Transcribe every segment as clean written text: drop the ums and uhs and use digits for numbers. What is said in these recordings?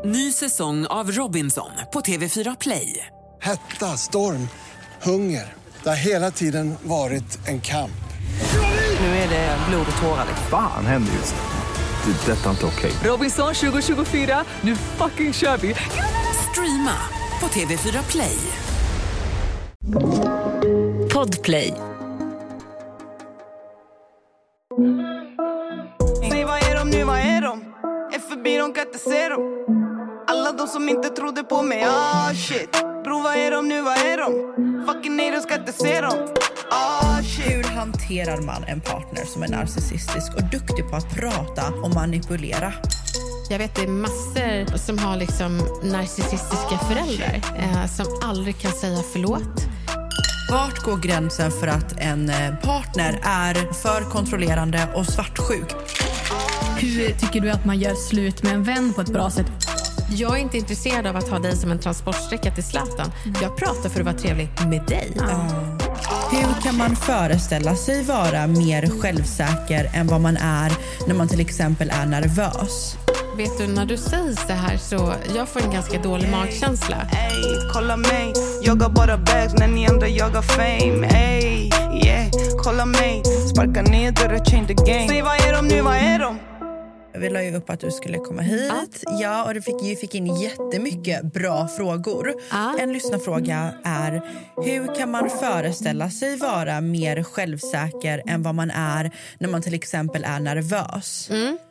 Ny säsong av Robinson på TV4 Play. Hetta, storm, hunger. Det har hela tiden varit en kamp. Nu är det blod och tårar. Fan händer just nu. Det. Detta är inte okej. Robinson 2024, nu fucking kör vi. Streama på TV4 Play. Podplay. Nej, vad är de nu, vad är de? Är förbi, de kan inte se dem. Alla de som inte trodde på mig, shit. Bro, vad är de nu, vad är de? Fucking nej, de ska inte se dem. Shit. Hur hanterar man en partner som är narcissistisk och duktig på att prata och manipulera? Jag vet det är massor som har liksom narcissistiska föräldrar som aldrig kan säga förlåt. Vart går gränsen för att en partner är för kontrollerande och svartsjuk? Hur tycker du att man gör slut med en vän på ett bra sätt? Jag är inte intresserad av att ha dig som en transportsträcka till Zlatan. Jag pratar för att vara trevlig med dig. Hur kan man föreställa sig vara mer självsäker än vad man är när man till exempel är nervös? Vet du, när du säger så här så jag får en ganska dålig magkänsla. Ey, kolla mig. Jag har bara bags när ni andra jagar fame. Ey, yeah, kolla mig. Sparka ner dörrar, change the game. Säg, vad är de nu, vad är de? Vi la ju upp att du skulle komma hit. Ja, och du fick in jättemycket bra frågor. En lyssnarfråga är: hur kan man föreställa sig vara mer självsäker än vad man är när man till exempel är nervös?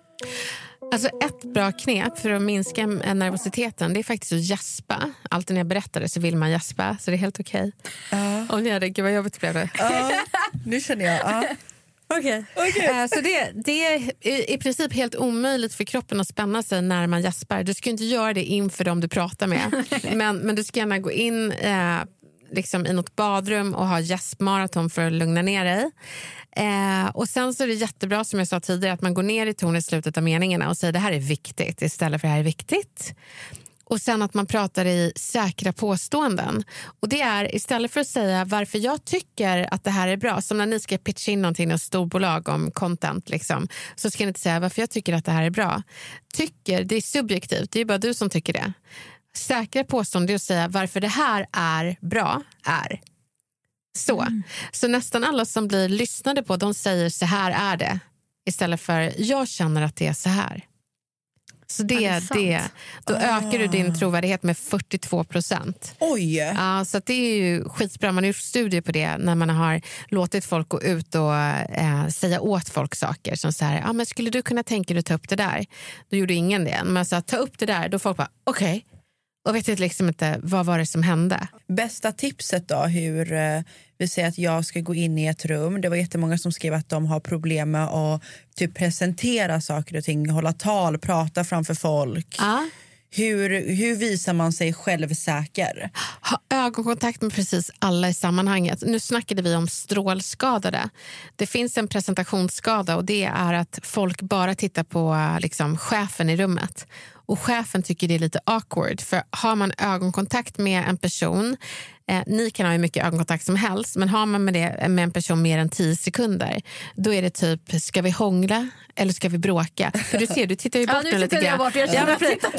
Alltså ett bra knep för att minska nervositeten, det är faktiskt att gäspa. Alltid när jag berättar det så vill man gäspa, så det är helt okej. Om ni hade, gud vad jobbigt blev det. Nu känner jag, Okej. Så det är i princip helt omöjligt för kroppen att spänna sig när man gäspar. Du ska inte göra det inför dem du pratar med. men du ska gärna gå in liksom i något badrum och ha gäspmaraton för att lugna ner dig. Och sen så är det jättebra, som jag sa tidigare, att man går ner i ton i slutet av meningarna och säger det här är viktigt istället för det här är viktigt. Och sen att man pratar i säkra påståenden. Och det är istället för att säga varför jag tycker att det här är bra. Som när ni ska pitcha in någonting i ett storbolag om content liksom. Så ska ni inte säga varför jag tycker att det här är bra. Tycker, det är subjektivt. Det är bara du som tycker det. Säkra påståenden är att säga varför det här är bra är. Så nästan alla som blir lyssnade på, de säger så här är det. Istället för jag känner att det är så här. Så då ökar du din trovärdighet med 42%. Oj! Ja, så att det är ju skitbra. Man har gjort studier på det när man har låtit folk gå ut och säga åt folk saker. Som så här, men skulle du kunna tänka dig att ta upp det där? Då gjorde ingen det. Men så att ta upp det där, då folk bara, okej. Och vet liksom inte, vad var det som hände? Bästa tipset då, hur vi säger att jag ska gå in i ett rum. Det var jättemånga som skrev att de har problem med att typ presentera saker och ting, hålla tal, prata framför folk. Hur visar man sig självsäker? Ha ögonkontakt med precis alla i sammanhanget. Nu snackade vi om strålskadade. Det finns en presentationsskada och det är att folk bara tittar på liksom, chefen i rummet. Och chefen tycker det är lite awkward. För har man ögonkontakt med en person, ni kan ha hur mycket ögonkontakt som helst, men har man med en person mer än 10 sekunder, då är det typ, ska vi hångla eller ska vi bråka? För du ser, du tittar ju bort nu lite grann. Jag känner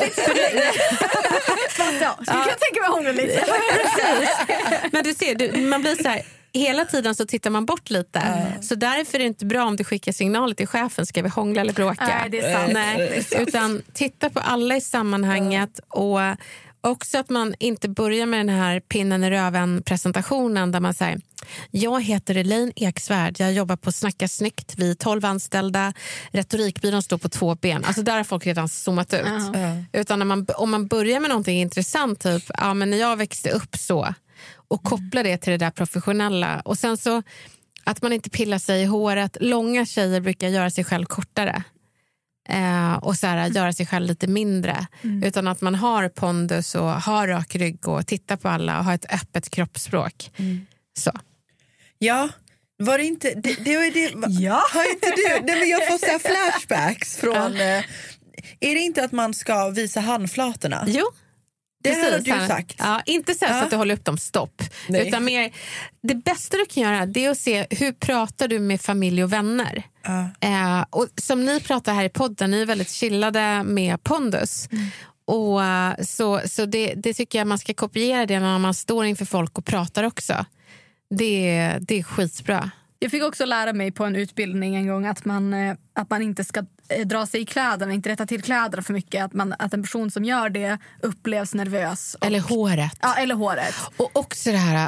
jag kan tänka mig hångla lite. Men du ser, man blir så här, hela tiden så tittar man bort lite. Så därför är det inte bra om du skickar signaler till chefen, ska vi hångla eller bråka? Nej, det är sant. Nej, utan titta på alla i sammanhanget och också att man inte börjar med den här pinnen i röven-presentationen där man säger, jag heter Elaine Eksvärd, jag jobbar på Snacka Snyggt, vi är 12 anställda, retorikbyrån står på 2 ben. Alltså där har folk redan zoomat ut. Utan om man börjar med någonting intressant, typ, men när jag växte upp så, och koppla det till det där professionella. Och sen så att man inte pillar sig i håret. Långa tjejer brukar göra sig själv kortare. Och så här, göra sig själv lite mindre. Utan att man har pondus och har rak rygg och tittar på alla och har ett öppet kroppsspråk. Så. Ja, var det inte... Har inte du... Nej, men jag får så här flashbacks från... Är det inte att man ska visa handflatorna? Jo. Det har du sagt. Ja, inte så att du håller upp dem stopp. Nej. Utan mer, det bästa du kan göra, det är att se hur pratar du med familj och vänner. Och som ni pratar här i podden, ni är väldigt chillade med pondus. Och så det tycker jag man ska kopiera det när man står inför folk och pratar också. Det är skitbra. Jag fick också lära mig på en utbildning en gång att man inte ska dra sig i kläderna, inte rätta till kläderna för mycket. Att en person som gör det upplevs nervös. Eller håret. Ja, eller håret. Och också det här,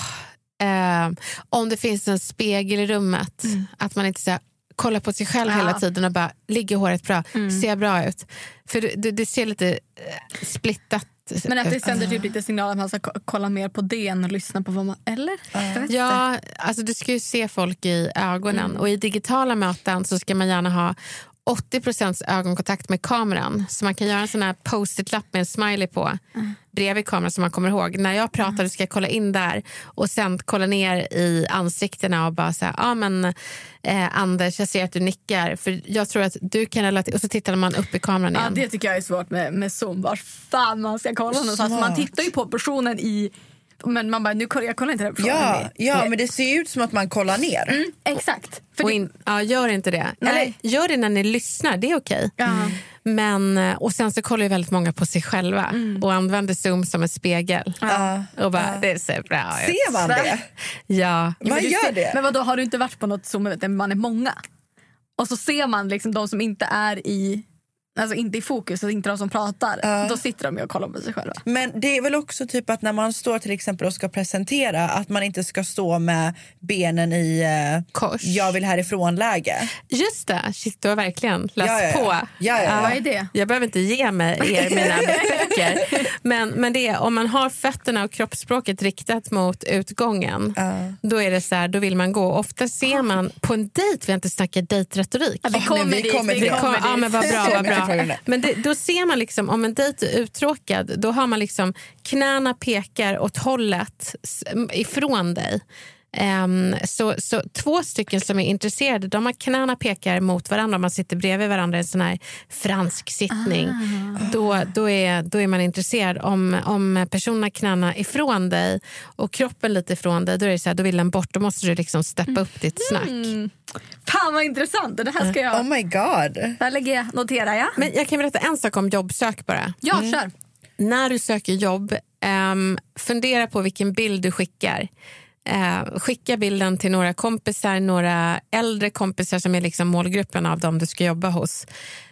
om det finns en spegel i rummet, att man inte så här, kollar på sig själv hela tiden och bara, ligger håret bra, ser bra ut. För det ser lite splittat. Men att det sänder typ lite signal att man ska kolla mer på det än att lyssna på vad man... Eller? Ja, alltså du ska ju se folk i ögonen. Och i digitala möten så ska man gärna ha 80% ögonkontakt med kameran. Så man kan göra en sån här post-it-lapp med en smiley på bredvid kameran som man kommer ihåg. När jag pratar ska jag kolla in där och sen kolla ner i ansiktena och bara säga, Anders, jag ser att du nickar. För jag tror att du kan relatera. Och så tittar man upp i kameran igen. Ja, det tycker jag är svårt med Zoom. Var fan man ska kolla någonstans. Man tittar ju på personen i... Men man bara, jag kollar inte den personen. Ja, men det ser ut som att man kollar ner. Exakt. Gör inte det. Nej. Eller gör det när ni lyssnar, det är okej. Men, och sen så kollar ju väldigt många på sig själva och använder Zoom som en spegel. Och bara, det ser bra ut. Ser man det? Ja. Man gör det. Men vadå, har du inte varit på något Zoom där man är många? Och så ser man liksom de som inte är i... Alltså inte i fokus, och inte de som pratar. Då sitter de och kollar på sig själva. Men det är väl också typ att när man står till exempel och ska presentera, att man inte ska stå med benen i kors. Jag vill härifrån-läge. Just det, shit, du har verkligen läst på. Ja. Vad är det? Jag behöver inte ge mig mina böcker. Men det är, om man har fötterna och kroppsspråket riktat mot utgången, då är det så här, då vill man gå. Ofta ser man på en dejt, vi har inte snackat dejtretorik. Vi kommer dit. Ja, men vad bra. Men då ser man liksom, om en dejt är uttråkad, då har man liksom knäna pekar åt hållet ifrån dig. Så två stycken som är intresserade, de har knäna pekar mot varandra, man sitter bredvid varandra i en sån här fransk sittning. Då är man intresserad. Om personerna knäna ifrån dig och kroppen lite ifrån dig, då är det så här, då vill den bort, då måste du liksom steppa upp ditt snack. Fan vad intressant, det här ska jag... Oh my god. Där noterar jag. Men jag kan berätta en sak om jobbsök bara. Ja, kör. När du söker jobb, fundera på vilken bild du skickar. Skicka bilden till några kompisar, några äldre kompisar som är liksom målgruppen av dem du ska jobba hos.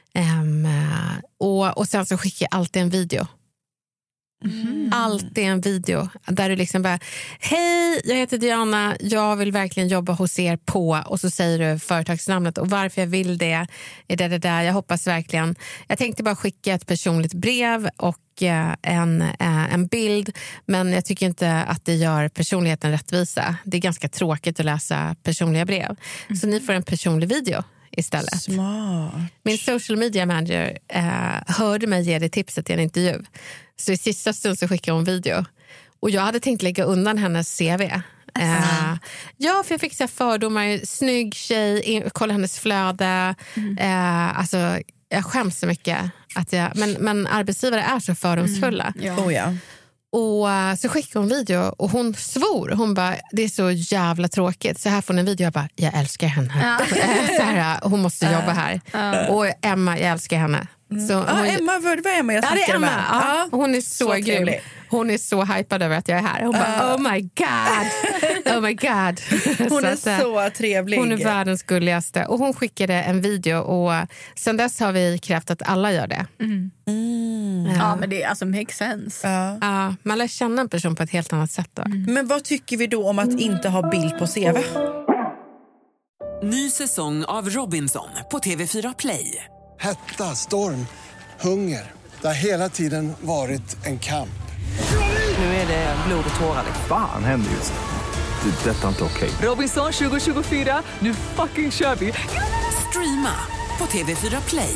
Och sen så skicka alltid en video. Alltid en video där du liksom bara, hej, jag heter Diana, jag vill verkligen jobba hos er på, och så säger du företagsnamnet och varför jag vill det är det där, jag hoppas verkligen, jag tänkte bara skicka ett personligt brev och en bild, men jag tycker inte att det gör personligheten rättvisa. Det är ganska tråkigt att läsa personliga brev, så ni får en personlig video istället. Smart. Min social media manager hörde mig ge det tipset i en intervju. Så i sista stund så skickade hon video. Och jag hade tänkt lägga undan hennes CV. Ja, för jag fick så här fördomar. Snygg tjej, kolla hennes flöde. Alltså, jag skäms så mycket. Men arbetsgivare är så fördomsfulla. Och så skickade hon video och hon svor. Hon bara, det är så jävla tråkigt. Så här får ni en video. Jag bara, jag älskar henne. Så här, hon måste jobba här. Och Emma, jag älskar henne. Så Emma, vad var Emma jag snackade med? Ja, hon är så grym. Hon är så hypad över att jag är här. Hon bara, oh my god. Hon är så trevlig. Hon är världens gulligaste. Och hon skickade en video och sen dess har vi krävt att alla gör det. Ja, men det alltså makes sense. Ja, man lär känna en person på ett helt annat sätt då. Men vad tycker vi då om att inte ha bild på CV? Ny säsong av Robinson på TV4 Play. Hetta, storm, hunger. Det har hela tiden varit en kamp. Nu är det blod och tårar. Fan händer just det. Det är detta inte okej. Robinson 2024, nu fucking kör vi. Streama på TV4 Play.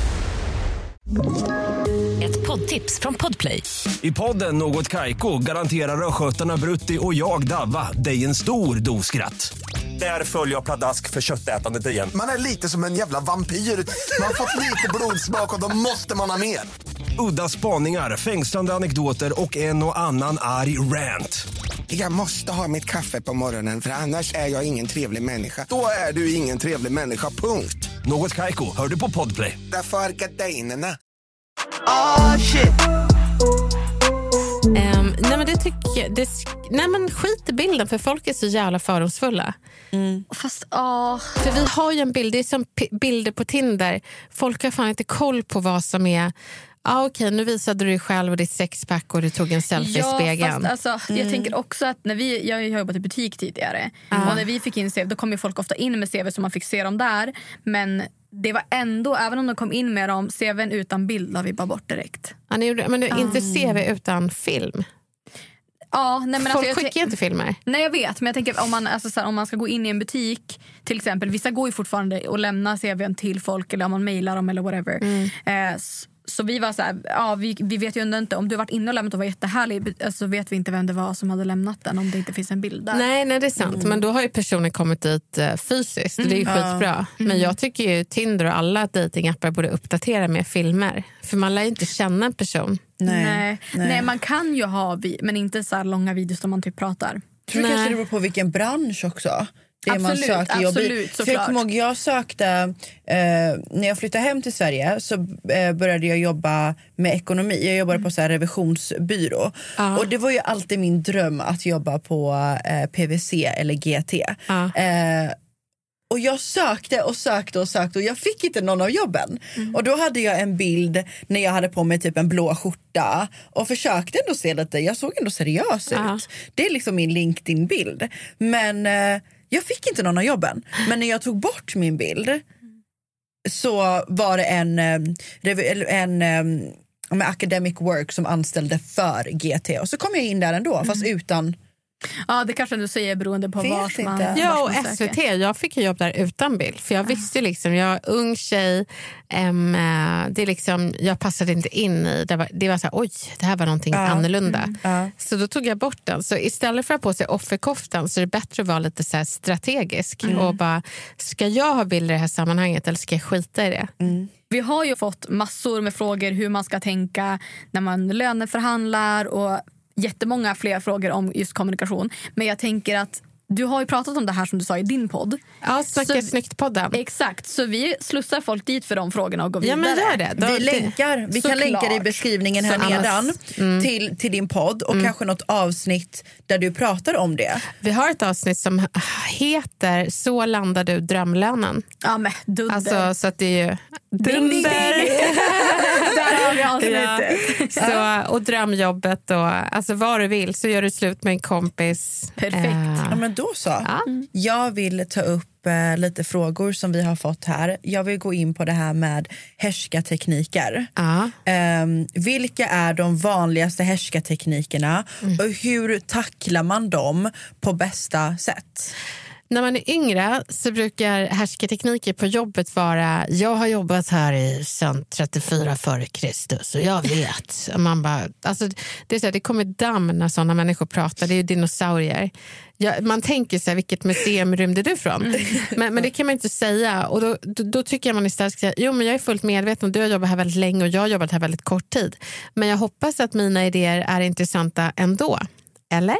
Ett poddtips från Podplay. I podden Något Kaiko garanterar skötarna Brutti och jag Davva dig en stor doskratt. Där följer jag pladask för köttätandet igen. Man är lite som en jävla vampyr. Man har fått lite blodsmak och då måste man ha mer. Udda spaningar, fängslande anekdoter och en och annan arg rant. Jag måste ha mitt kaffe på morgonen för annars är jag ingen trevlig människa. Då är du ingen trevlig människa, punkt. Något Kaiko, hör du på Podplay. Därför är gardinerna. Oh shit. Nej men det tycker jag, nej men skit i bilden för folk är så jävla fördomsfulla. Fast för vi har ju en bild, det är som bilder på Tinder. Folk har fan inte koll på vad som är. Okej, nu visade du dig själv och ditt sexpack och du tog en selfie i spegeln. Fast alltså, jag tänker också att när jag har jobbat i butik tidigare och när vi fick in CV, då kom ju folk ofta in med CV så man fick se dem där. Men det var ändå, även om de kom in med dem, CVn utan bild la vi bara bort direkt. Men du inte CV utan film? Ja, nej, men folk skickar inte filmer. Nej, jag vet, men jag tänker om man ska gå in i en butik till exempel, vissa går ju fortfarande och lämnar CVn till folk eller om man mejlar dem eller whatever. Så vi var så här, vi vet ju ändå inte, om du varit inne och lämnat och var jättehärlig, så vet vi inte vem det var som hade lämnat den om det inte finns en bild där. Nej det är sant, men då har ju personen kommit dit fysiskt, det är ju skitbra. Men jag tycker ju Tinder och alla datingappar borde uppdatera med filmer, för man lär ju inte känna en person. Nej, man kan ju ha men inte så här långa videos där man typ pratar. Jag tror kanske det beror på vilken bransch också. Absolut, för jag kommer ihåg, jag sökte när jag flyttade hem till Sverige så började jag jobba med ekonomi. Jag jobbade på så här revisionsbyrå. Och det var ju alltid min dröm att jobba på PVC eller GT. Och jag sökte och jag fick inte någon av jobben. Och då hade jag en bild när jag hade på mig typ en blå skjorta och försökte ändå se lite, jag såg ändå seriös ut. Det är liksom min LinkedIn-bild. Men jag fick inte någon av jobben. Men när jag tog bort min bild så var det en med Academic Work som anställde för GT. Och så kom jag in där ändå, fast utan... Ja, det kanske du säger beroende på vart man söker. Ja, och SVT, jag fick ju jobb där utan bild. För jag visste liksom, jag är ung tjej, det är liksom, jag passade inte in i, det var så här, oj, det här var någonting annorlunda. Så då tog jag bort den. Så istället för att ha på sig offerkoftan så är det bättre att vara lite så här strategisk. Och bara, ska jag ha bilder i det här sammanhanget eller ska jag skita i det? Vi har ju fått massor med frågor hur man ska tänka när man löneförhandlar och jättemånga fler frågor om just kommunikation. Men jag tänker att du har ju pratat om det här som du sa i din podd. Ja, Snacka snyggt-podden. Exakt, så vi slussar folk dit för de frågorna och går vidare. Ja, men gör det. Vi kan länka i beskrivningen här nedan till din podd och kanske något avsnitt där du pratar om det. Vi har ett avsnitt som heter Så landar du drömlönen. Ja, men dunder. Alltså, så att det är ju dunder. Där har vi avsnittet. Så, och drömjobbet och alltså vad du vill så gör du slut med en kompis. Perfekt. Ja, men då så. Jag vill ta upp lite frågor som vi har fått här. Jag vill gå in på det här med härskartekniker. Vilka är de vanligaste härskarteknikerna och hur tacklar man dem på bästa sätt? När man är yngre så brukar härskartekniker på jobbet vara jag har jobbat här sedan 34 före Kristus och jag vet. Och man bara, alltså, det är så här, det kommer damm när sådana människor pratar, det är ju dinosaurier. Man tänker så här, vilket museum rymde du från? Men det kan man inte säga. Och då tycker jag man istället ska säga, jo men jag är fullt medveten, du har jobbat här väldigt länge och jag har jobbat här väldigt kort tid. Men jag hoppas att mina idéer är intressanta ändå. Eller?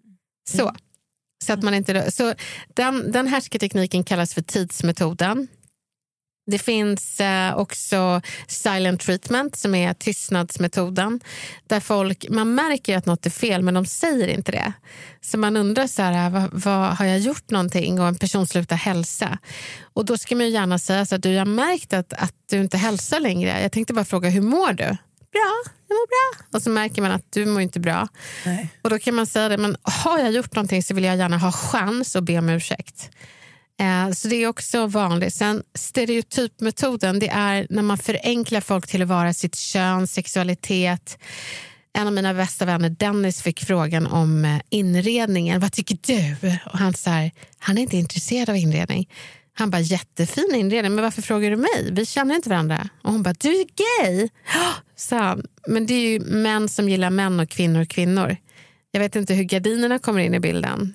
Så att man inte, så den härskartekniken kallas för tidsmetoden. Det finns också silent treatment som är tystnadsmetoden. Där man märker att något är fel men de säger inte det. Så man undrar så här, vad har jag gjort någonting och en person slutar hälsa. Och då ska man ju gärna säga så att du har märkt att du inte hälsar längre. Jag tänkte bara fråga, hur mår du? Bra, jag mår bra. Och så märker man att du mår inte bra. Nej. Och då kan man säga det, men har jag gjort någonting så vill jag gärna ha chans att be om ursäkt. Så det är också vanligt. Sen stereotypmetoden, det är när man förenklar folk till att vara sitt kön, sexualitet. En av mina bästa vänner, Dennis, fick frågan om inredningen. Vad tycker du? Och han sa här, han är inte intresserad av inredning. Han bara, jättefin inredning, men varför frågar du mig? Vi känner inte varandra. Och hon bara, du är gay! Så, men det är ju män som gillar män och kvinnor. Jag vet inte hur gardinerna kommer in i bilden.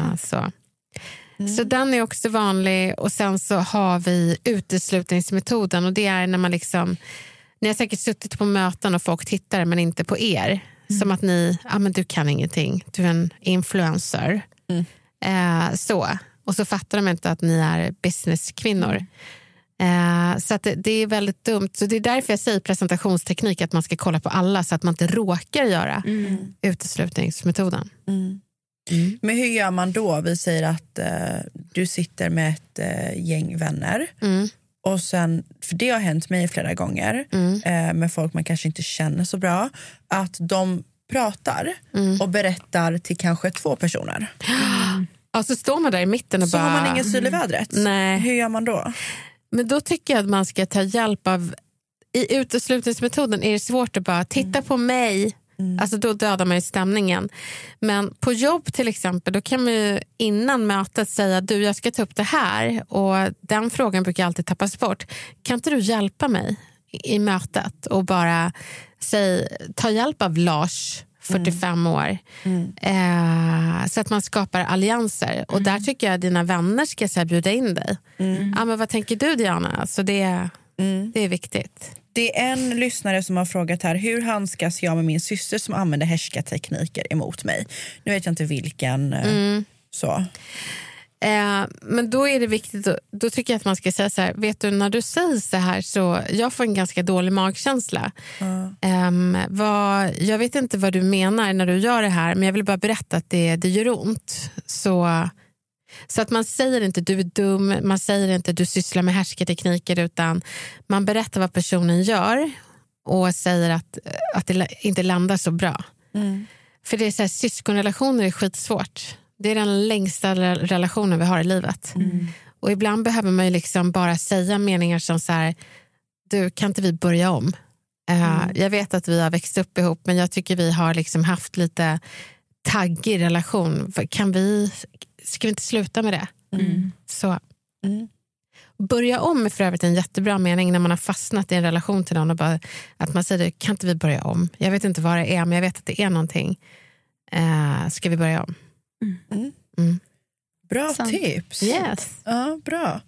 Så den är också vanlig. Och sen så har vi uteslutningsmetoden. Och det är när man liksom, ni har säkert suttit på möten och folk tittar men inte på er. Som att ni, men du kan ingenting. Du är en influencer. Så. Och så fattar de inte att ni är businesskvinnor. Så att det är väldigt dumt. Så det är därför jag säger presentationsteknik, att man ska kolla på alla så att man inte råkar göra uteslutningsmetoden. Men hur gör man då? Vi säger att du sitter med ett gäng vänner. Och sen, för det har hänt mig flera gånger med folk man kanske inte känner så bra, att de pratar och berättar till kanske 2 personer. Ja, så står man där i mitten och så bara... har man ingen styr i vädret. Nej. Hur gör man då? Men då tycker jag att man ska ta hjälp av... I uteslutningsmetoden är det svårt att bara titta på mig. Alltså då dödar man ju stämningen. Men på jobb till exempel, då kan man ju innan mötet säga, du, jag ska ta upp det här. Och den frågan brukar alltid tappas bort. Kan inte du hjälpa mig i mötet? Och bara ta hjälp av Lars, 45 år. Så att man skapar allianser. Och där tycker jag att dina vänner ska bjuda in dig. Ja, men vad tänker du, Diana? Alltså det är viktigt. Det är en lyssnare som har frågat här, hur handskas jag med min syster som använder härskartekniker emot mig? Nu vet jag inte vilken så. Men då är det viktigt, då tycker jag att man ska säga så här, vet du, när du säger så här så jag får en ganska dålig magkänsla. Jag vet inte vad du menar när du gör det här, men jag vill bara berätta att det gör ont. Så att man säger inte du är dum, man säger inte du sysslar med härskartekniker, utan man berättar vad personen gör och säger att det inte landar så bra. För det är så här, syskonrelationer är skitsvårt. Det är den längsta relationen vi har i livet. Och ibland behöver man ju liksom bara säga meningar som så här, du, kan inte vi börja om? Jag vet att vi har växt upp ihop, men jag tycker vi har liksom haft lite taggig relation. Ska vi inte sluta med det? Så. Börja om är för övrigt en jättebra mening när man har fastnat i en relation till någon och bara, att man säger, kan inte vi börja om? Jag vet inte vad det är, men jag vet att det är någonting. Ska vi börja om? Bra tips. Yes. Ja, bra.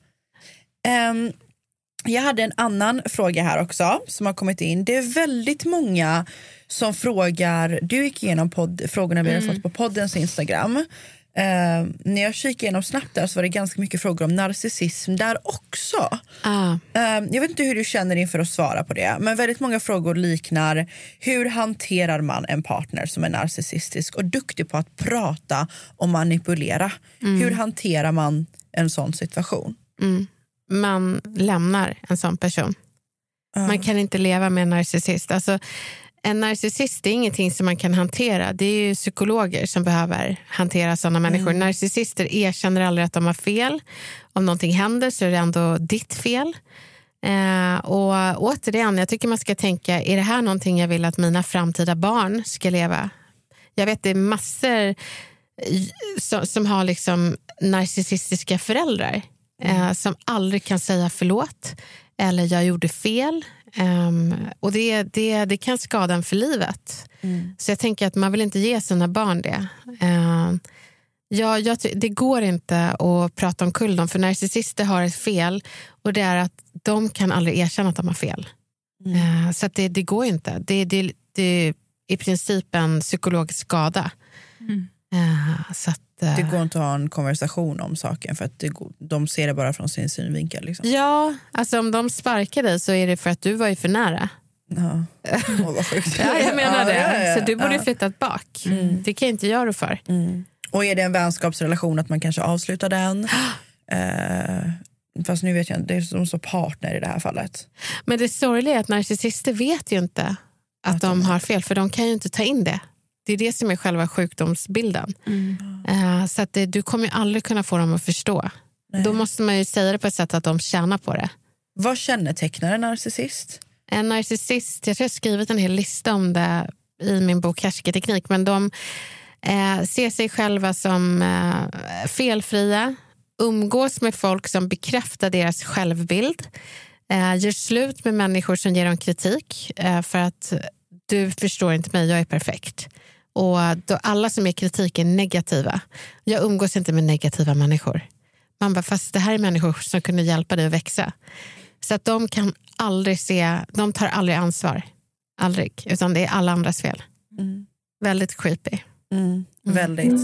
Jag hade en annan fråga här också som har kommit in. Det är väldigt många som frågar, du gick igenom frågorna vi har fått på poddens Instagram. När jag kikade igenom snabbt där så var det ganska mycket frågor om narcissism där också. Jag vet inte hur du känner inför att svara på det, men väldigt många frågor liknar, hur hanterar man en partner som är narcissistisk och duktig på att prata och manipulera? Hur hanterar man en sån situation? Man lämnar en sån person. Man kan inte leva med en narcissist. Alltså, en narcissist är ingenting som man kan hantera. Det är ju psykologer som behöver hantera sådana människor. Narcissister erkänner aldrig att de har fel. Om någonting händer så är det ändå ditt fel. Och återigen, jag tycker man ska tänka, är det här någonting jag vill att mina framtida barn ska leva? Jag vet det är massor som har liksom narcissistiska föräldrar som aldrig kan säga förlåt eller jag gjorde fel. Och det kan skada en för livet. Så jag tänker att man vill inte ge sina barn det. Det går inte att prata om dem, för narcissister har ett fel, och det är att de kan aldrig erkänna att de har fel. Så att det går inte. Det är i princip en psykologisk skada. Så att, det går inte att ha en konversation om saken för att de ser det bara från sin synvinkel. Liksom. Ja, alltså om de sparkar dig så är det för att du var ju för nära. Ja, vad sjukt. Ja, jag menar det. Ja. Så du borde flyttat bak. Det kan jag inte göra för. Och är det en vänskapsrelation att man kanske avslutar den? Fast nu vet jag inte, det är som så partner i det här fallet. Men det sorgliga är att narcissister vet ju inte att de har fel, för de kan ju inte ta in det. Det är det som är själva sjukdomsbilden. Så att du kommer ju aldrig kunna få dem att förstå. Nej. Då måste man ju säga det på ett sätt att de tjänar på det. Vad kännetecknar en narcissist? En narcissist, jag tror jag har skrivit en hel lista om det i min bok Härskarteknik, men de ser sig själva som felfria, umgås med folk som bekräftar deras självbild, gör slut med människor som ger dem kritik för att du förstår inte mig, jag är perfekt. Och då alla som är kritik är negativa. Jag umgås inte med negativa människor. Man bara, fast det här är människor som kunde hjälpa dig att växa. Så att de kan aldrig de tar aldrig ansvar. Aldrig, utan det är alla andras fel. Väldigt creepy. Väldigt.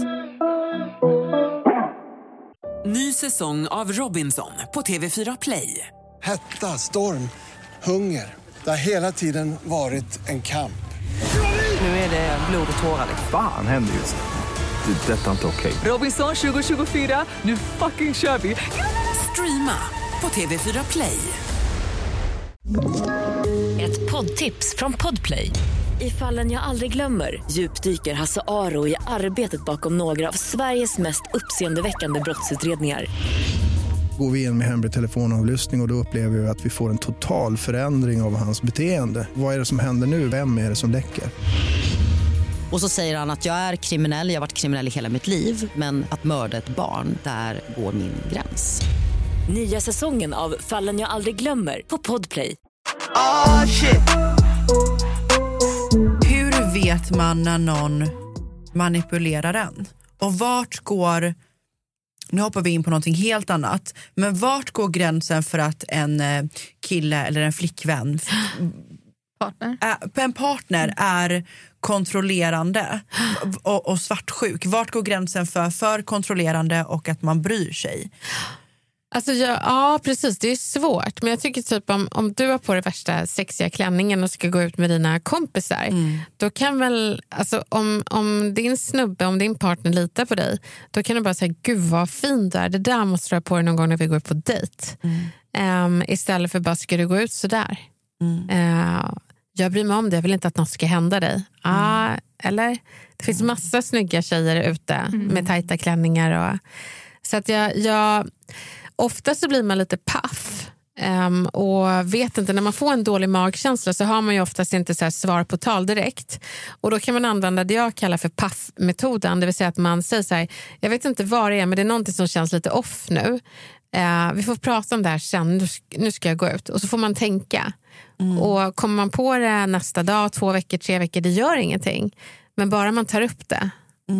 Ny säsong av Robinson på TV4 Play. Hetta, storm, hunger. Det har hela tiden varit en kamp. Nu är det blod och tårar. Fan händer just det. Detta är inte okej. Robinson 2024, nu fucking kör vi. Streama på TV4 Play. Ett poddtips från Podplay. I Fallen jag aldrig glömmer djupdyker Hasse Aro i arbetet bakom några av Sveriges mest uppseendeväckande brottsutredningar. Går vi in med hemlig telefonavlyssning och då upplever vi att vi får en total förändring av hans beteende. Vad är det som händer nu? Vem är det som läcker? Och så säger han att jag är kriminell, jag har varit kriminell i hela mitt liv. Men att mörda ett barn, där går min gräns. Nya säsongen av Fallen jag aldrig glömmer på Podplay. Oh shit. Hur vet man när någon manipulerar en? Och vart går... Nu hoppar vi in på någonting helt annat. Men vart går gränsen för att en kille eller en flickvän... En partner är kontrollerande och svartsjuk. Vart går gränsen för kontrollerande och att man bryr sig? Alltså ja, precis. Det är svårt. Men jag tycker typ om du har på det värsta sexiga klänningen och ska gå ut med dina kompisar, då kan väl, alltså om din snubbe, om din partner litar på dig, då kan du bara säga, gud vad fin där. Det där måste du ha på dig någon gång när vi går på dejt. Istället för bara, ska du gå ut sådär? Jag bryr mig om det, jag vill inte att något ska hända dig. Eller? Det finns massa snygga tjejer ute med tajta klänningar. Så att jag ofta så blir man lite paff. Och vet inte, när man får en dålig magkänsla så har man ju oftast inte så här svar på tal direkt. Och då kan man använda det jag kallar för paff-metoden. Det vill säga att man säger så här, jag vet inte vad det är, men det är någonting som känns lite off nu. Vi får prata om det här sen, nu ska jag gå ut. Och så får man tänka. Och kommer man på det nästa dag, 2 veckor, 3 veckor, det gör ingenting. Men bara man tar upp det.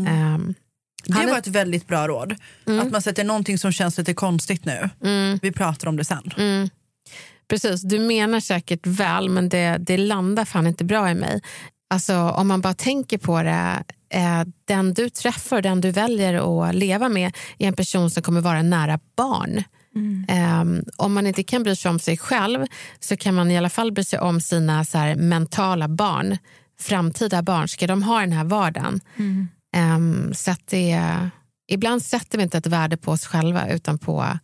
Det var ett väldigt bra råd. Att man sätter någonting som känns lite konstigt nu. Vi pratar om det sen. Precis, du menar säkert väl, men det landar fan inte bra i mig. Alltså om man bara tänker på det, den du träffar, den du väljer att leva med är en person som kommer vara nära barn. Om man inte kan bry sig om sig själv så kan man i alla fall bry sig om sina så här mentala barn, framtida barn. Ska de ha den här vardagen? Så att ibland sätter vi inte ett värde på oss själva utan på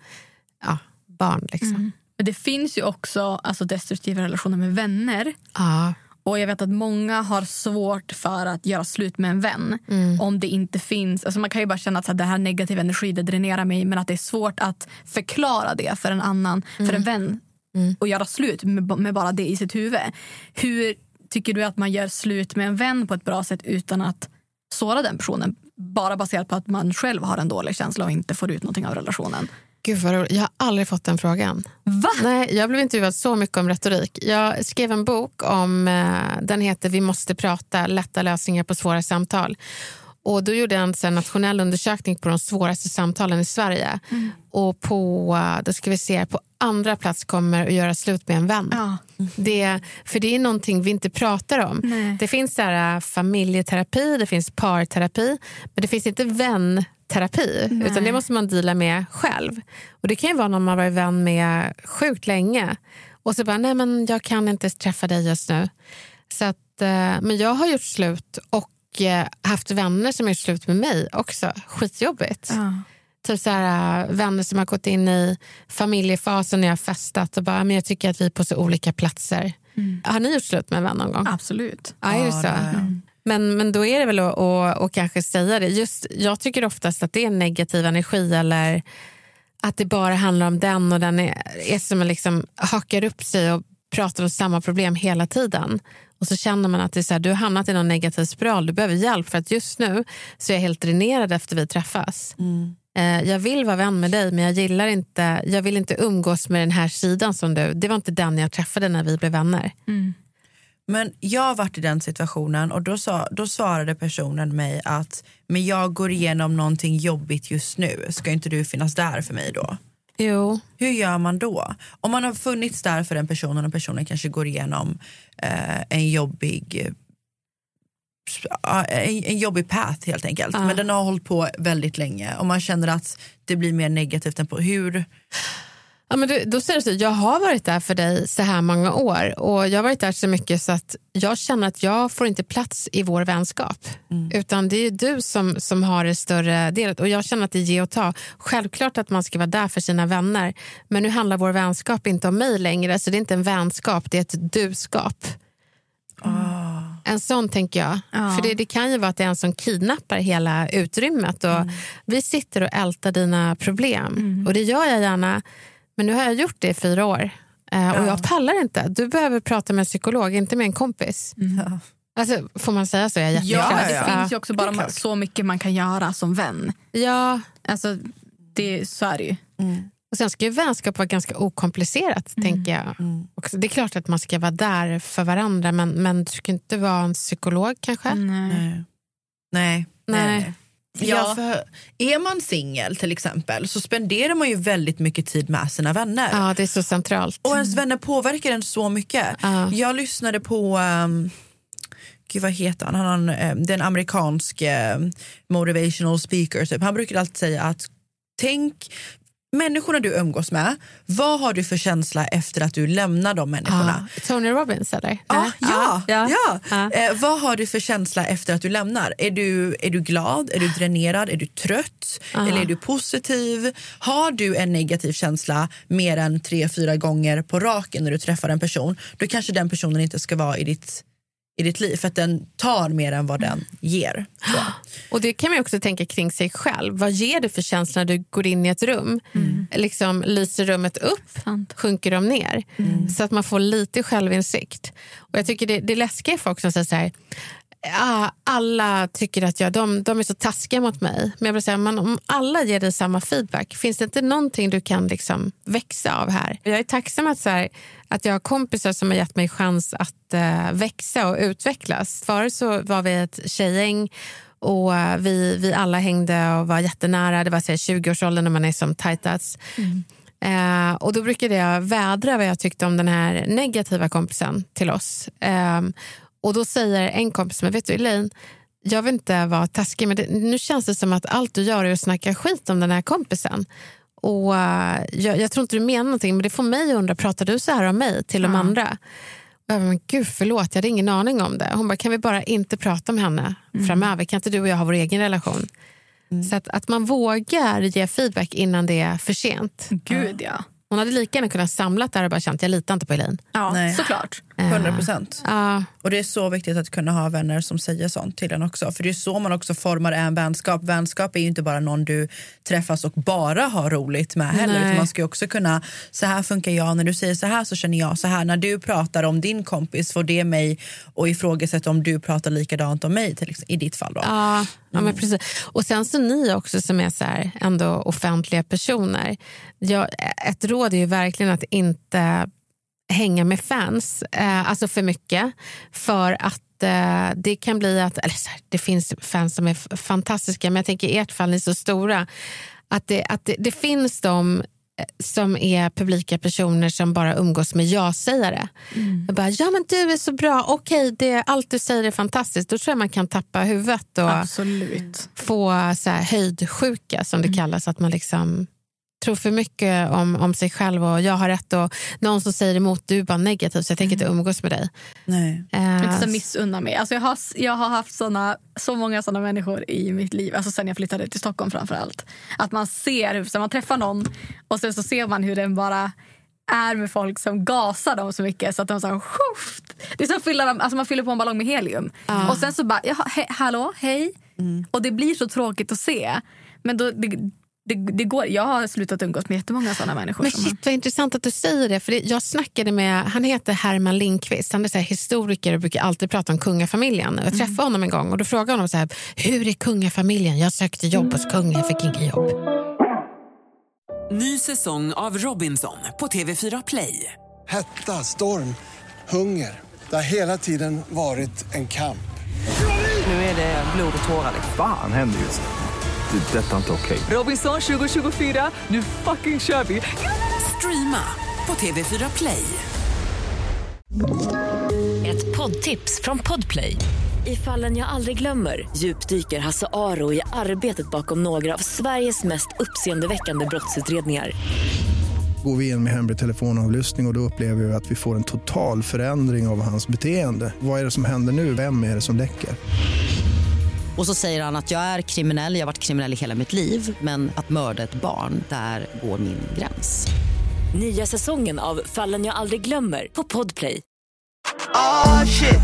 barn liksom. Men det finns ju också alltså, destruktiva relationer med vänner. Och jag vet att många har svårt för att göra slut med en vän om det inte finns, alltså man kan ju bara känna att så här, det här negativa energi, det dränerar mig, men att det är svårt att förklara det för en annan, för en vän och göra slut med bara det i sitt huvud. Hur tycker du att man gör slut med en vän på ett bra sätt utan att såra den personen, bara baserat på att man själv har en dålig känsla och inte får ut någonting av relationen? Gud vad roligt. Jag har aldrig fått den frågan. Va? Nej, jag blev intervjuad så mycket om retorik. Jag skrev en bok om, den heter Vi måste prata, lätta lösningar på svåra samtal. Och då gjorde jag en nationell undersökning på de svåraste samtalen i Sverige. Och då ska vi se, på andra plats kommer att göra slut med en vän. För det är någonting vi inte pratar om. Det finns så här, familjeterapi, det finns parterapi, men det finns inte vänterapi. Utan det måste man deala med själv. Och det kan ju vara någon man varit vän med sjukt länge. Och så bara, nej men jag kan inte träffa dig just nu. Så att, men jag har gjort slut och haft vänner som har gjort slut med mig också. Skitjobbigt. Typ så här, vänner som har gått in i familjefasen när jag har festat och bara, men jag tycker att vi är på så olika platser. Har ni gjort slut med en vän någon gång? Absolut. Ja, är det så? Men då är det väl att kanske säga det. Just, jag tycker oftast att det är en negativ energi, eller att det bara handlar om den, och den är som att liksom hakar upp sig och pratar om samma problem hela tiden. Och så känner man att det är så här, du har hamnat i någon negativ spiral, du behöver hjälp, för att just nu så är jag helt dränerad efter vi träffas. Jag vill vara vän med dig, men jag vill inte umgås med den här sidan som du. Det var inte den jag träffade när vi blev vänner. Men jag har varit i den situationen, och då svarade personen mig att, men jag går igenom någonting jobbigt just nu, ska inte du finnas där för mig då? Jo. Hur gör man då? Om man har funnits där för den personen, och personen kanske går igenom en jobbig path helt enkelt. Men den har hållit på väldigt länge och man känner att det blir mer negativt än på hur... Ja, men då säger du så, jag har varit där för dig så här många år och jag har varit där så mycket så att jag känner att jag får inte plats i vår vänskap. Utan det är du som har det större delet och jag känner att det är ge och ta. Självklart att man ska vara där för sina vänner, men nu handlar vår vänskap inte om mig längre, så det är inte en vänskap, det är ett duskap. En sån tänker jag. För det kan ju vara att det är en som kidnappar hela utrymmet och vi sitter och ältar dina problem och det gör jag gärna. Men nu har jag gjort det i 4 år. Och jag pallar inte. Du behöver prata med en psykolog, inte med en kompis. Alltså, får man säga så? Jag är det finns ju också bara så mycket man kan göra som vän. Ja. Alltså, så är det ju. Och sen ska ju vänskap vara ganska okomplicerat, tänker jag. Och det är klart att man ska vara där för varandra, men du ska inte vara en psykolog kanske? Nej. Ja, för är man singel till exempel så spenderar man ju väldigt mycket tid med sina vänner. Ja, det är så centralt. Och ens vänner påverkar en så mycket. Jag lyssnade på gud, vad heter han? Den amerikansk motivational speaker typ. Han brukar alltid säga att människorna du umgås med, vad har du för känsla efter att du lämnar de människorna? Tony Robbins eller? Vad har du för känsla efter att du lämnar? Är du glad? Är du dränerad? Är du trött? Eller är du positiv? Har du en negativ känsla mer än 3-4 gånger på raken när du träffar en person, då kanske den personen inte ska vara i ditt liv, för att den tar mer än vad den ger. Så. Och det kan man ju också tänka kring sig själv. Vad ger det för känsla när du går in i ett rum? Liksom lyser rummet upp, sjunker de ner. Så att man får lite självinsikt. Och jag tycker det läskiga är folk som säger så här: alla tycker att de är så taskiga mot mig. Men jag vill säga, om alla ger dig samma feedback, finns det inte någonting du kan liksom växa av här? Jag är tacksam att jag har kompisar som har gett mig chans att växa och utvecklas. Förut så var vi ett tjejgäng och vi alla hängde och var jättenära. Det var 20-årsåldern när man är som tajtast. Och då brukade jag vädra vad jag tyckte om den här negativa kompisen till oss. Och då säger en kompis, men vet du Elaine, jag vill inte vara taskig, men nu känns det som att allt du gör är att snacka skit om den här kompisen. Och jag tror inte du menar någonting, men det får mig att undra, pratar du så här om mig till de andra? Och jag bara, men gud förlåt, jag hade ingen aning om det. Hon bara, kan vi bara inte prata om henne framöver? Kan inte du och jag ha vår egen relation? Så att man vågar ge feedback innan det är för sent. Gud ja. Hon hade lika gärna kunnat samla där och bara känt, jag litar inte på Elaine. Ja, såklart. 100%. Och det är så viktigt att kunna ha vänner som säger sånt till en också. För det är så man också formar en vänskap. Vänskap är ju inte bara någon du träffas och bara har roligt med heller. För man ska ju också kunna, så här funkar jag, när du säger så här så känner jag så här. När du pratar om din kompis får det mig och ifrågasätta om du pratar likadant om mig till exempel, i ditt fall då. Ja, men precis. Och sen så ni också som är så här, ändå offentliga personer. Ett råd är ju verkligen att inte hänga med fans, alltså för mycket, för att det kan bli att, eller så här, det finns fans som är fantastiska, men jag tänker i ert fall ni är så stora att det finns de som är publika personer som bara umgås med jag-sägare. Jag bara, ja men du är så bra, okej, allt du säger är fantastiskt. Då tror jag man kan tappa huvudet och få så här höjdsjuka som det kallas, att man liksom tror för mycket om sig själv och jag har rätt och någon som säger emot, du är bara negativ så jag tänker inte umgås med dig. Nej. Inte så missunna mig. Alltså jag har haft så många sådana människor i mitt liv, alltså sen jag flyttade till Stockholm framförallt. Att man ser, så man träffar någon och sen så ser man hur den bara är med folk som gasar dem så mycket så att de så det är som alltså man fyller på en ballong med helium. Och sen så bara, hallå, hej. Och det blir så tråkigt att se. Men då det går, jag har slutat umgås med jättemånga sådana människor. Men shit, vad intressant att du säger det. För jag snackade med, han heter Herman Lindqvist. Han är så här historiker och brukar alltid prata om kungafamiljen. Jag träffade honom en gång och då frågade honom så här: hur är kungafamiljen? Jag sökte jobb hos kungen, jag fick ingen jobb. Ny säsong av Robinson på TV4 Play. Hetta, storm, hunger. Det har hela tiden varit en kamp. Nu är det blod och tårar. Fan händer just det. Detta är inte okej. Robinson 2024, nu fucking kör vi. Streama på TV4 Play. Ett poddtips från Podplay. I Fallen jag aldrig glömmer djupdyker Hasse Aro i arbetet bakom några av Sveriges mest uppseendeväckande brottsutredningar. Går vi in med hemlig telefonavlyssning och då upplever vi att vi får en total förändring av hans beteende. Vad är det som händer nu? Vem är det som läcker? Och så säger han att jag är kriminell, jag har varit kriminell i hela mitt liv. Men att mörda ett barn, där går min gräns. Nya säsongen av Fallen jag aldrig glömmer på Podplay. Oh shit.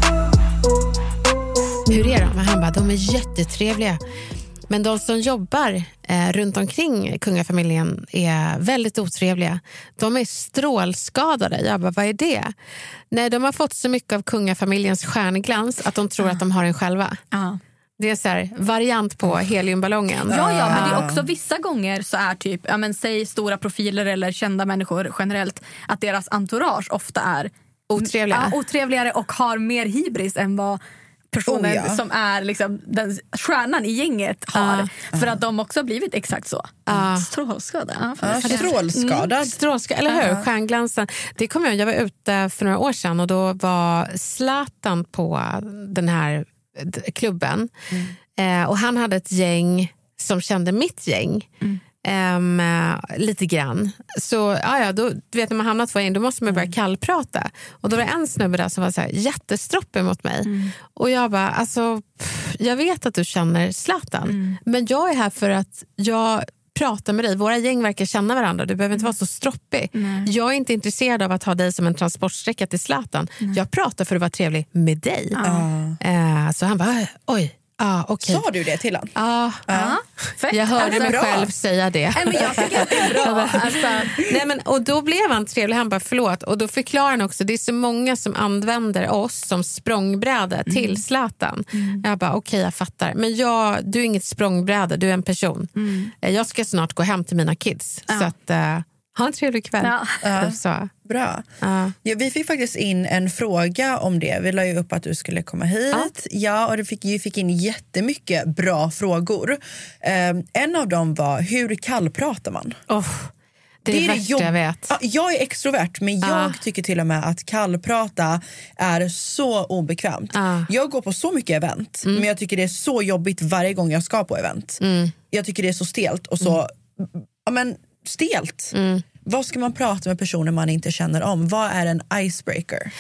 Hur är de? Han bara, de är jättetrevliga. Men de som jobbar runt omkring kungafamiljen är väldigt otrevliga. De är strålskadade. Jag bara, vad är det? Nej, de har fått så mycket av kungafamiljens stjärnglans att de tror att de har den själva. Det är så här, variant på heliumballongen. Ja, men det är också vissa gånger så är typ, ja men säg stora profiler eller kända människor generellt, att deras entourage ofta är otrevligare och har mer hybris än vad personen som är liksom den stjärnan i gänget har. För att de också har blivit exakt så. Strålskada. Strålskada, eller hur? Stjärnglansen. Det kom jag var ute för några år sedan och då var Zlatan på den här klubben. Och han hade ett gäng som kände mitt gäng. Lite grann. Så då, du vet, när man hamnat för en, då måste man börja kallprata. Och då var det en snubbe där som var så här jättestroppig mot mig. Och jag bara, alltså, jag vet att du känner Zlatan, men jag är här för att jag pratar med dig. Våra gäng verkar känna varandra. Du behöver inte vara så stroppig. Jag är inte intresserad av att ha dig som en transportsträcka till Zlatan. Jag pratar för att vara trevlig med dig. Så han bara, oj. Okay. Sa du det till han? Jag hörde mig själv säga det. Men jag tycker att det är bra. Nej, men, och då blev han trevlig. Han bara, förlåt. Och då förklarar han också, det är så många som använder oss som språngbräda till Zlatan. Jag bara, okej, jag fattar. Men du är inget språngbräda, du är en person. Jag ska snart gå hem till mina kids. Så att, ha en trevlig kväll. Bra. Vi fick faktiskt in en fråga om det. Vi la ju upp att du skulle komma hit. Och du fick in jättemycket bra frågor. En av dem var, hur kallpratar man? Det är det värsta jag vet. Jag är extrovert, men jag tycker till och med att kallprata är så obekvämt. Jag går på så mycket event, men jag tycker det är så jobbigt varje gång jag ska på event. Jag tycker det är så stelt och så stelt. Vad ska man prata med personer man inte känner om? Vad är en icebreaker?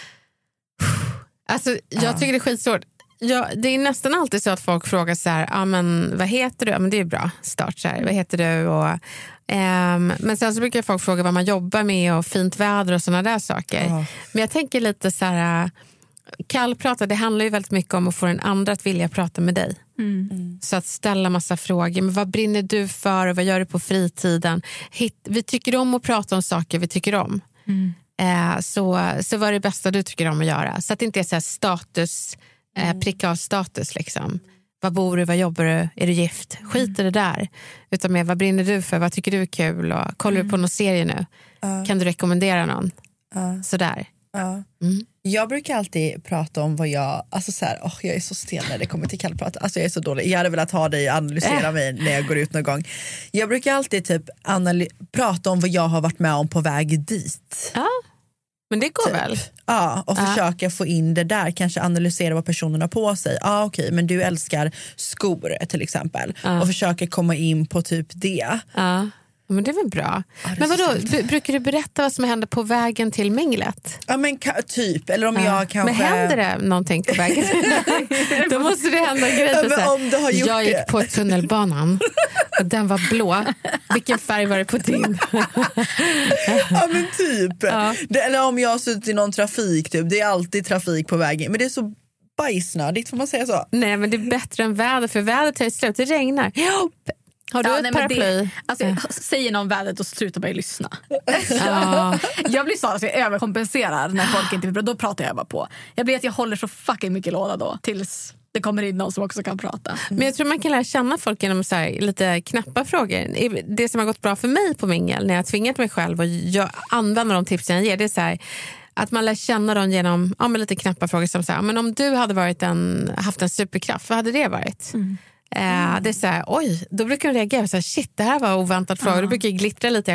Alltså, jag tycker det är skitsvårt. Det är nästan alltid så att folk frågar så här, men vad heter du? Men det är bra start så här. Vad heter du? Och, men sen så brukar folk fråga vad man jobbar med och fint väder och såna där saker. Men jag tänker lite så här, kallprata, det handlar ju väldigt mycket om att få den andra att vilja prata med dig. Så att ställa massa frågor. Men vad brinner du för och vad gör du på fritiden? Vi tycker om att prata om saker vi tycker om. Så vad är det bästa du tycker om att göra? Så att det inte är så här status, pricka av status liksom. Vad bor du, vad jobbar du, är du gift? Skit i det där. Utan mer, vad brinner du för, vad tycker du är kul? Och kollar du på någon serie nu? Kan du rekommendera någon? Sådär. Jag brukar alltid prata om vad jag, alltså så här, jag är så stel när det kommer till kallprat. Alltså jag är så dålig. Jag hade velat ha dig analysera mig när jag går ut någon gång. Jag brukar alltid typ prata om vad jag har varit med om på väg dit. Men det går väl? Ja, och försöka få in det där. Kanske analysera vad personen har på sig. Okej, men du älskar skor till exempel. Och försöka komma in på typ det. Men det är väl bra. Men vadå, brukar du berätta vad som händer på vägen till minglet? Ja, men typ. Eller om jag kanske... Men händer det någonting på vägen? Då måste det hända grejer. Ja, om du har gjort jag gick på tunnelbanan och den var blå. Vilken färg var det på din? Ja, men typ. Eller om jag har suttit i någon trafik typ. Det är alltid trafik på vägen. Men det är så bajsnödigt, får man säga så? Nej, men det är bättre än väder. För vädret tar slut, det regnar. Har du ett paraply? Jag säger någon vädret och slutar bara lyssna. Jag blir så att jag överkompenserar när folk inte vill prata. Då pratar jag bara på. Jag blir att jag håller så fucking mycket låda då. Tills det kommer in någon som också kan prata. Men jag tror man kan lära känna folk genom så här, lite knappa frågor. Det som har gått bra för mig på mingel, när jag har tvingat mig själv och jag använder de tipsen jag ger, det är så här, att man lär känna dem genom med lite knappa frågor som så här, men om du hade haft en superkraft, vad hade det varit? Det är så här, då brukar de reagera så här, shit, det här var oväntat fråga. Då brukar jag glittra lite.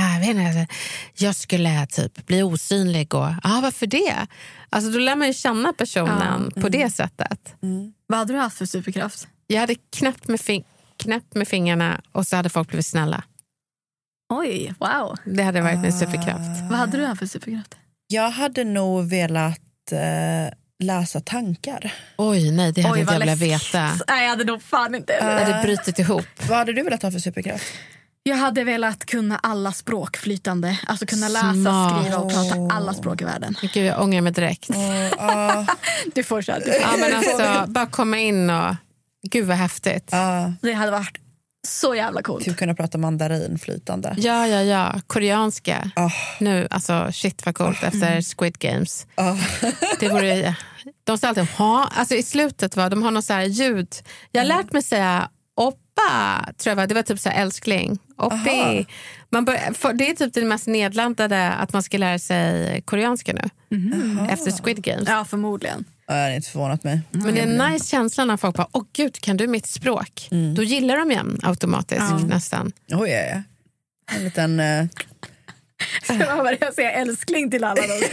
Jag skulle typ bli osynlig och varför det? Alltså då lär man ju känna personen på det sättet. Vad hade du haft för superkraft? Jag hade knäppt med fingrarna och så hade folk blivit snälla. Oj, wow. Det hade varit min superkraft. Vad hade du här för superkraft? Jag hade nog velat läsa tankar. Oj, nej, det hade inte jag velat veta. Nej, jag hade nog fan inte. Jag hade brutit ihop. Vad hade du velat ha för superkraft? Jag hade velat kunna alla språk flytande. Alltså kunna läsa, skriva och prata alla språk i världen. Gud, jag ångrar mig direkt. Du får köra. Ja, men alltså, bara komma in och... Gud, vad häftigt. Det hade varit så jävla coolt. Typ kunna prata mandarin flytande. Ja. Koreanska. Nu, alltså shit vad coolt efter Squid Games. Det vore... De sa alltid, alltså i slutet var de har något så här ljud. Jag har lärt mig säga oppa, tror jag. Det var typ så här älskling. Oppi. Det är typ det mest nedlandade att man ska lära sig koreanska nu. Efter Squid Games. Ja, förmodligen. Jag har inte förvånat mig. Men det är en nice känsla när folk bara, åh gud, kan du mitt språk? Då gillar de igen automatiskt nästan. Ja. En liten... Ska man börja säga älskling till alla då?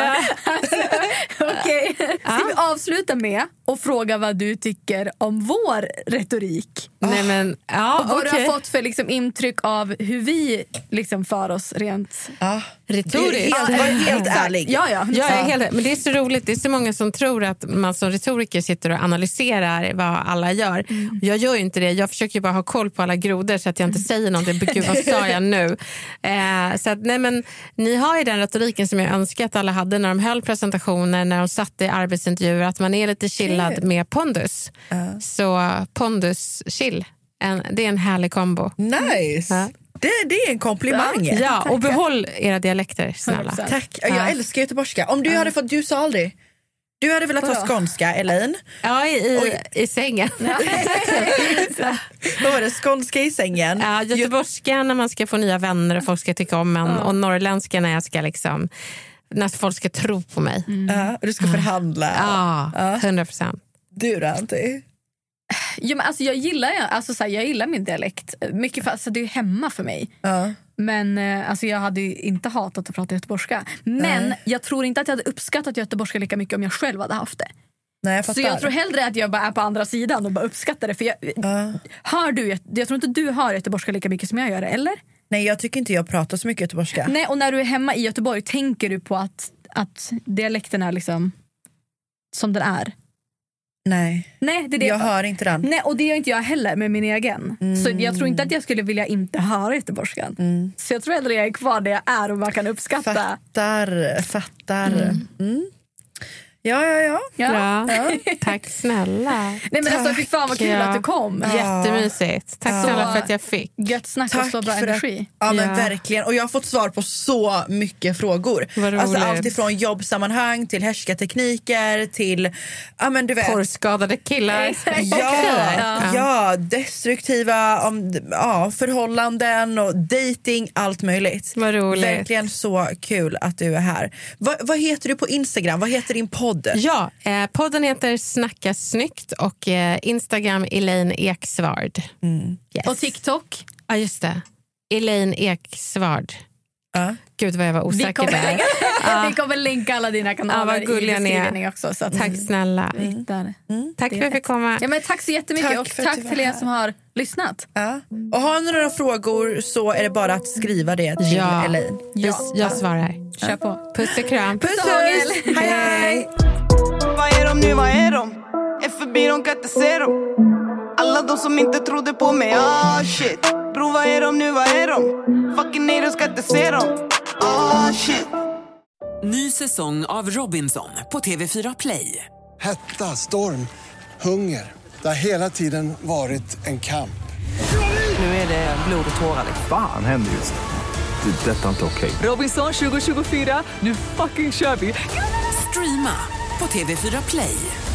Okej. Ska vi avsluta med och fråga vad du tycker om vår retorik? Nej, men, och vad du har fått för liksom, intryck av hur vi liksom, för oss rent retoriskt. Helt ärlig. Ja. Jag är helt, men det är så roligt. Det är så många som tror att man som retoriker sitter och analyserar vad alla gör. Jag gör ju inte det. Jag försöker bara ha koll på alla grodor så att jag inte säger någonting. Gud, vad sa jag nu? Så att, nej, men ni har ju den retoriken som jag önskar att alla hade när de höll presentationer, när de satt i arbetsintervjuer, att man är lite chillad med pondus. Så pondus, chill. Det är en härlig kombo. Nice. Det är en komplimang. Ja, och behåll era dialekter, snälla. 100%. Tack. Jag älskar göteborgska. Om du hade fått, du sa aldrig. Du hade velat ha skånska, Elaine. Ja, i sängen. Vad var det? Skånska i sängen? Ja, göteborgska när man ska få nya vänner och folk ska tycka om en. Och norrländska när jag ska liksom... När folk ska tro på mig. Och du ska förhandla. Ja, 100%. Du då, Antti? Ja, men alltså, jag gillar min dialekt. Mycket för alltså, det är hemma för mig. Men alltså, jag hade ju inte hatat att prata göteborgska. Men jag tror inte att jag hade uppskattat göteborgska lika mycket om jag själv hade haft det. Nej, jag så jag tror hellre att jag bara är på andra sidan och bara uppskattar det. För jag tror inte du hör göteborgska lika mycket som jag gör det, eller? Nej, jag tycker inte jag pratar så mycket göteborgska. Nej, och när du är hemma i Göteborg, tänker du på att dialekten är liksom som den är? Nej, det är det. Jag hör inte den. Nej, och det gör inte jag heller med min egen. Så jag tror inte att jag skulle vilja inte höra göteborgskan. Så jag tror ändå jag är kvar där jag är och man kan uppskatta. Fattar. Ja. Tack snälla. Nej, men alltså, fy fan vad kul att du kom. Jättemysigt. Tack snälla för att jag fick. Gött snack och så bra energi. Ja, men verkligen. Och jag har fått svar på så mycket frågor. Alltså allt ifrån jobbsammanhang till härskartekniker till porrskadade killar. Ja, destruktiva förhållanden och dating, allt möjligt. Vad roligt. Verkligen så kul att du är här. Vad heter du på Instagram? Vad heter din podd? Ja, podden heter Snacka snyggt och Instagram Elaine Eksvard. Yes. Och TikTok? Ja, just det. Elaine Eksvard. Gud vad jag var osäker där. Vi kommer länka alla dina kanaler i beskrivningen också. Så att tack snälla. Tack för att jag fick komma. Ja, men tack så jättemycket och tack till er som har lyssnat. Och har ni några frågor så är det bara att skriva det till Elaine. Jag svarar. Kör på. Puss och kram. Puss. Hej. Vad är de nu, vad är de? FBI, de kan inte se dem. Alla de som inte trodde på mig, shit. Bro, vad är de nu, vad är de? Fucking nej, de ska inte se dem. Shit. Ny säsong av Robinson på TV4 Play. Hetta, storm, hunger. Det har hela tiden varit en kamp. Nu är det blod och tårar. Fan händer just det. Det är detta inte okej. Robinson 2024, nu fucking kör vi. Streama på TV4 Play.